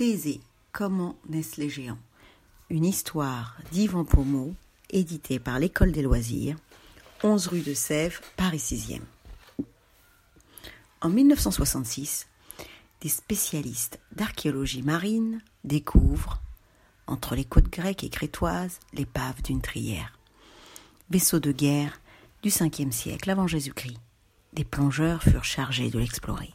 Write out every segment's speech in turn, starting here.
Thésée, comment naissent les géants? Une histoire d'Yvan Pommeau, éditée par l'École des loisirs, 11 rue de Sèvres, Paris 6e. En 1966, des spécialistes d'archéologie marine découvrent, entre les côtes grecques et crétoises, l'épave d'une trillière. Vaisseau de guerre du 5e siècle avant Jésus-Christ. Des plongeurs furent chargés de l'explorer.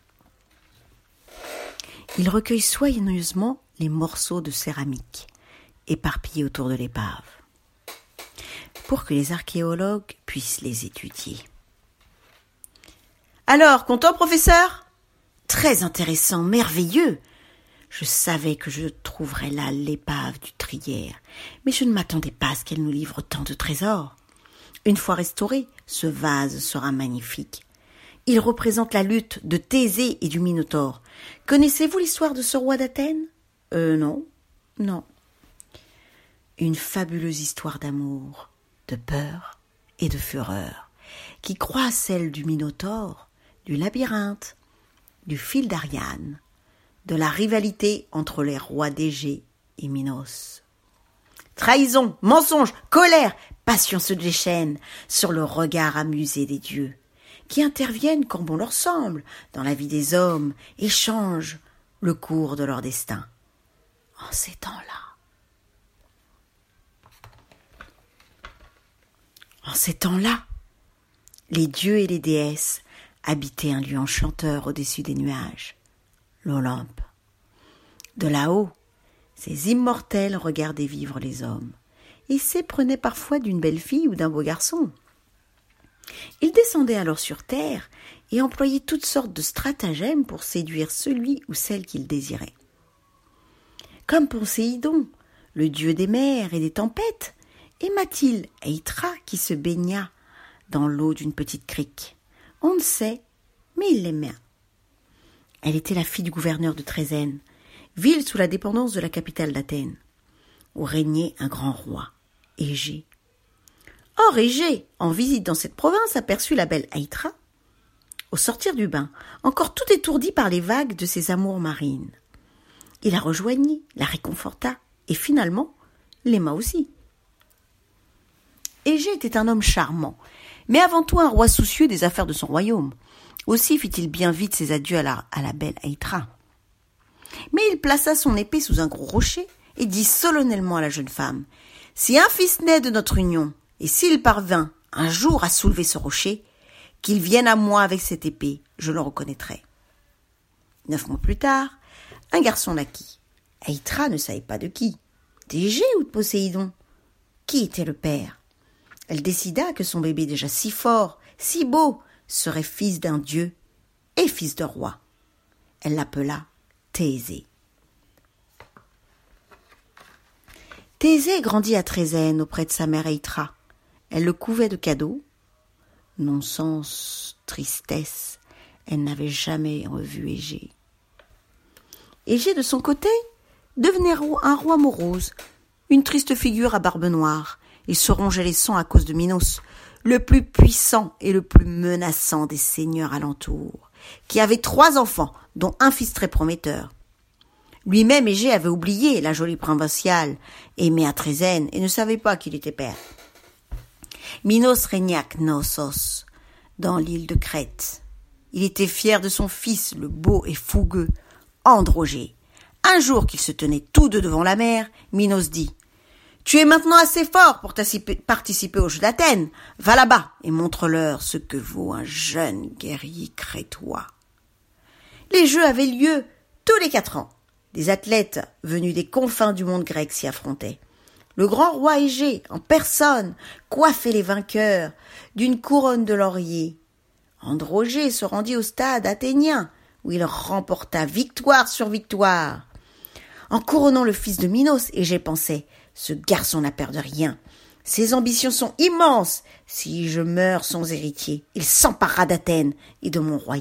Ils recueillent soigneusement les morceaux de céramique éparpillés autour de l'épave pour que les archéologues puissent les étudier. Alors, content, professeur? Très intéressant, merveilleux. Je savais que je trouverais là l'épave du Trillière, mais je ne m'attendais pas à ce qu'elle nous livre tant de trésors. Une fois restauré, ce vase sera magnifique. Il représente la lutte de Thésée et du Minotaure. Connaissez-vous l'histoire de ce roi d'Athènes? Non. Une fabuleuse histoire d'amour, de peur et de fureur, qui croise celle du Minotaure, du labyrinthe, du fil d'Ariane, de la rivalité entre les rois d'Égée et Minos. Trahison, mensonge, colère, passion se déchaînent sur le regard amusé des dieux, qui interviennent quand bon leur semble dans la vie des hommes et changent le cours de leur destin. En ces temps-là, les dieux et les déesses habitaient un lieu enchanteur au-dessus des nuages, l'Olympe. De là-haut, ces immortels regardaient vivre les hommes et s'éprenaient parfois d'une belle fille ou d'un beau garçon. Ils descendaient alors sur terre et employaient toutes sortes de stratagèmes pour séduire celui ou celle qu'ils désiraient. Comme Poséidon, le dieu des mers et des tempêtes, aima-t-il Aïtra qui se baigna dans l'eau d'une petite crique? On ne sait, mais il l'aimait. Elle était la fille du gouverneur de Trézène, ville sous la dépendance de la capitale d'Athènes, où régnait un grand roi, Égée. Or Égée, en visite dans cette province, aperçut la belle Aïtra, au sortir du bain, encore tout étourdie par les vagues de ses amours marines. Il la rejoignit, la réconforta, et finalement, l'aima aussi. Égée était un homme charmant, mais avant tout un roi soucieux des affaires de son royaume. Aussi fit-il bien vite ses adieux à la belle Aïtra. Mais il plaça son épée sous un gros rocher et dit solennellement à la jeune femme: « Si un fils naît de notre union, et s'il parvint un jour à soulever ce rocher, qu'il vienne à moi avec cette épée, je le reconnaîtrai. » 9 mois plus tard, un garçon naquit. Aïtra ne savait pas de qui, d'Égée ou de Poséidon. Qui était le père? Elle décida que son bébé déjà si fort, si beau, serait fils d'un dieu et fils de roi. Elle l'appela Thésée. Thésée grandit à Trézène auprès de sa mère Aïtra. Elle le couvait de cadeaux. Non sans tristesse, elle n'avait jamais revu Égée. Égée, de son côté, devenait un roi morose, une triste figure à barbe noire. Il se rongeait les sangs à cause de Minos, le plus puissant et le plus menaçant des seigneurs alentours, qui avait 3 enfants, dont un fils très prometteur. Lui-même, Égée, avait oublié la jolie provinciale, aimée à Trézène, et ne savait pas qu'il était père. Minos régnait à Knossos, dans l'île de Crète. Il était fier de son fils, le beau et fougueux, Androgée. Un jour qu'ils se tenaient tous deux devant la mer, Minos dit: « Tu es maintenant assez fort pour participer aux Jeux d'Athènes. Va là-bas et montre-leur ce que vaut un jeune guerrier crétois. » Les Jeux avaient lieu tous les 4 ans. Des athlètes venus des confins du monde grec s'y affrontaient. Le grand roi Égée, en personne, coiffait les vainqueurs d'une couronne de laurier. Androgée se rendit au stade athénien, où il remporta victoire sur victoire. En couronnant le fils de Minos, Égée pensait: « Ce garçon n'a peur de rien. Ses ambitions sont immenses. Si je meurs sans héritier, il s'emparera d'Athènes et de mon royaume. »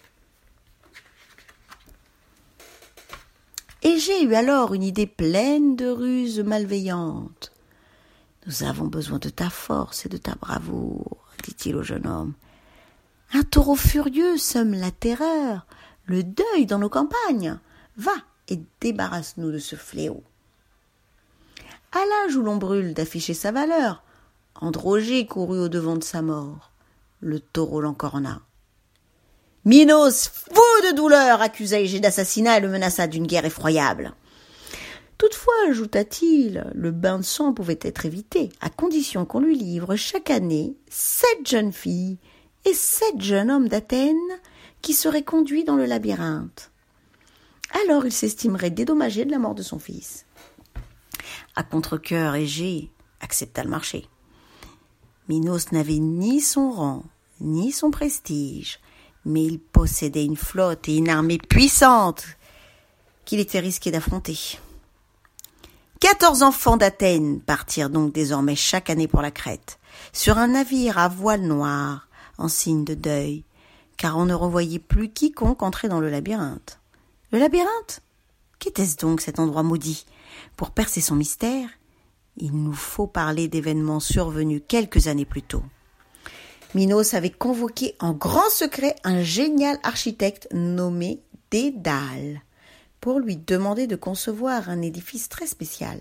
Égée eut alors une idée pleine de ruses malveillantes. « Nous avons besoin de ta force et de ta bravoure, » dit-il au jeune homme. « Un taureau furieux sème la terreur, le deuil dans nos campagnes. Va, et débarrasse-nous de ce fléau. À l'âge où l'on brûle d'afficher sa valeur, Androgée courut au-devant de sa mort. Le taureau l'encorna. Minos, fou de douleur, accusa Égée d'assassinat et le menaça d'une guerre effroyable. Toutefois, ajouta-t-il, le bain de sang pouvait être évité, à condition qu'on lui livre chaque année 7 jeunes filles et 7 jeunes hommes d'Athènes qui seraient conduits dans le labyrinthe. Alors il s'estimerait dédommagé de la mort de son fils. À contre-cœur, Égée accepta le marché. Minos n'avait ni son rang, ni son prestige, mais il possédait une flotte et une armée puissante qu'il était risqué d'affronter. 14 enfants d'Athènes partirent donc désormais chaque année pour la Crète, sur un navire à voile noire, en signe de deuil, car on ne revoyait plus quiconque entrer dans le labyrinthe. Le labyrinthe ? Qu'était-ce donc cet endroit maudit ? Pour percer son mystère, il nous faut parler d'événements survenus quelques années plus tôt. Minos avait convoqué en grand secret un génial architecte nommé Dédale pour lui demander de concevoir un édifice très spécial.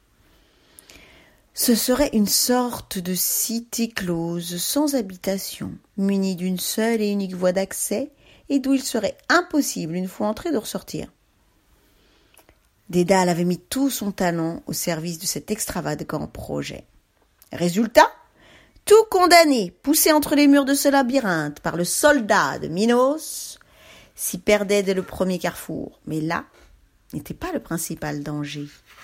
Ce serait une sorte de cité close, sans habitation, munie d'une seule et unique voie d'accès et d'où il serait impossible, une fois entré, de ressortir. Dédale avait mis tout son talent au service de cet extravagant projet. Résultat, tout condamné, poussé entre les murs de ce labyrinthe par le soldat de Minos, s'y perdait dès le premier carrefour. Mais là n'était pas le principal danger.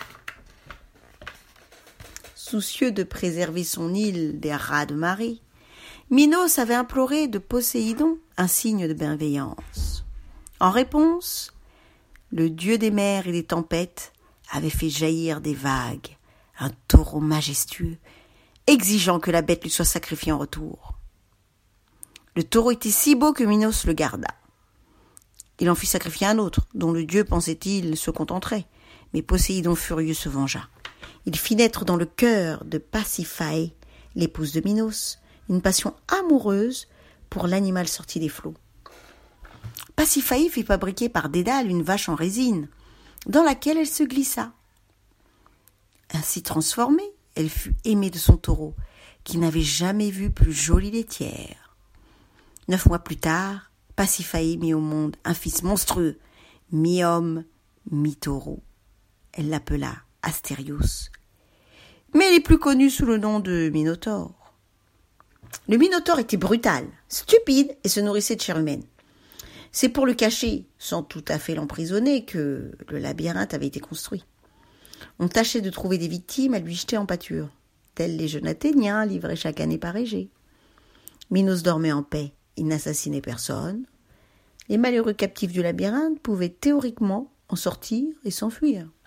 Soucieux de préserver son île des rats de marée, Minos avait imploré de Poséidon un signe de bienveillance. En réponse, le dieu des mers et des tempêtes avait fait jaillir des vagues, un taureau majestueux, exigeant que la bête lui soit sacrifiée en retour. Le taureau était si beau que Minos le garda. Il en fit sacrifier un autre, dont le dieu, pensait-il, se contenterait, mais Poséidon furieux se vengea. Il fit naître dans le cœur de Pasiphae, l'épouse de Minos, une passion amoureuse pour l'animal sorti des flots. Pasiphae fit fabriquer par Dédale une vache en résine, dans laquelle elle se glissa. Ainsi transformée, elle fut aimée de son taureau, qui n'avait jamais vu plus jolie laitière. 9 mois plus tard, Pasiphae mit au monde un fils monstrueux, mi-homme, mi-taureau. Elle l'appela Astérios, mais il est plus connu sous le nom de Minotaure. Le Minotaure était brutal, stupide et se nourrissait de chair humaine. C'est pour le cacher, sans tout à fait l'emprisonner, que le labyrinthe avait été construit. On tâchait de trouver des victimes à lui jeter en pâture, tels les jeunes Athéniens livrés chaque année par Égée. Minos dormait en paix, il n'assassinait personne. Les malheureux captifs du labyrinthe pouvaient théoriquement en sortir et s'enfuir.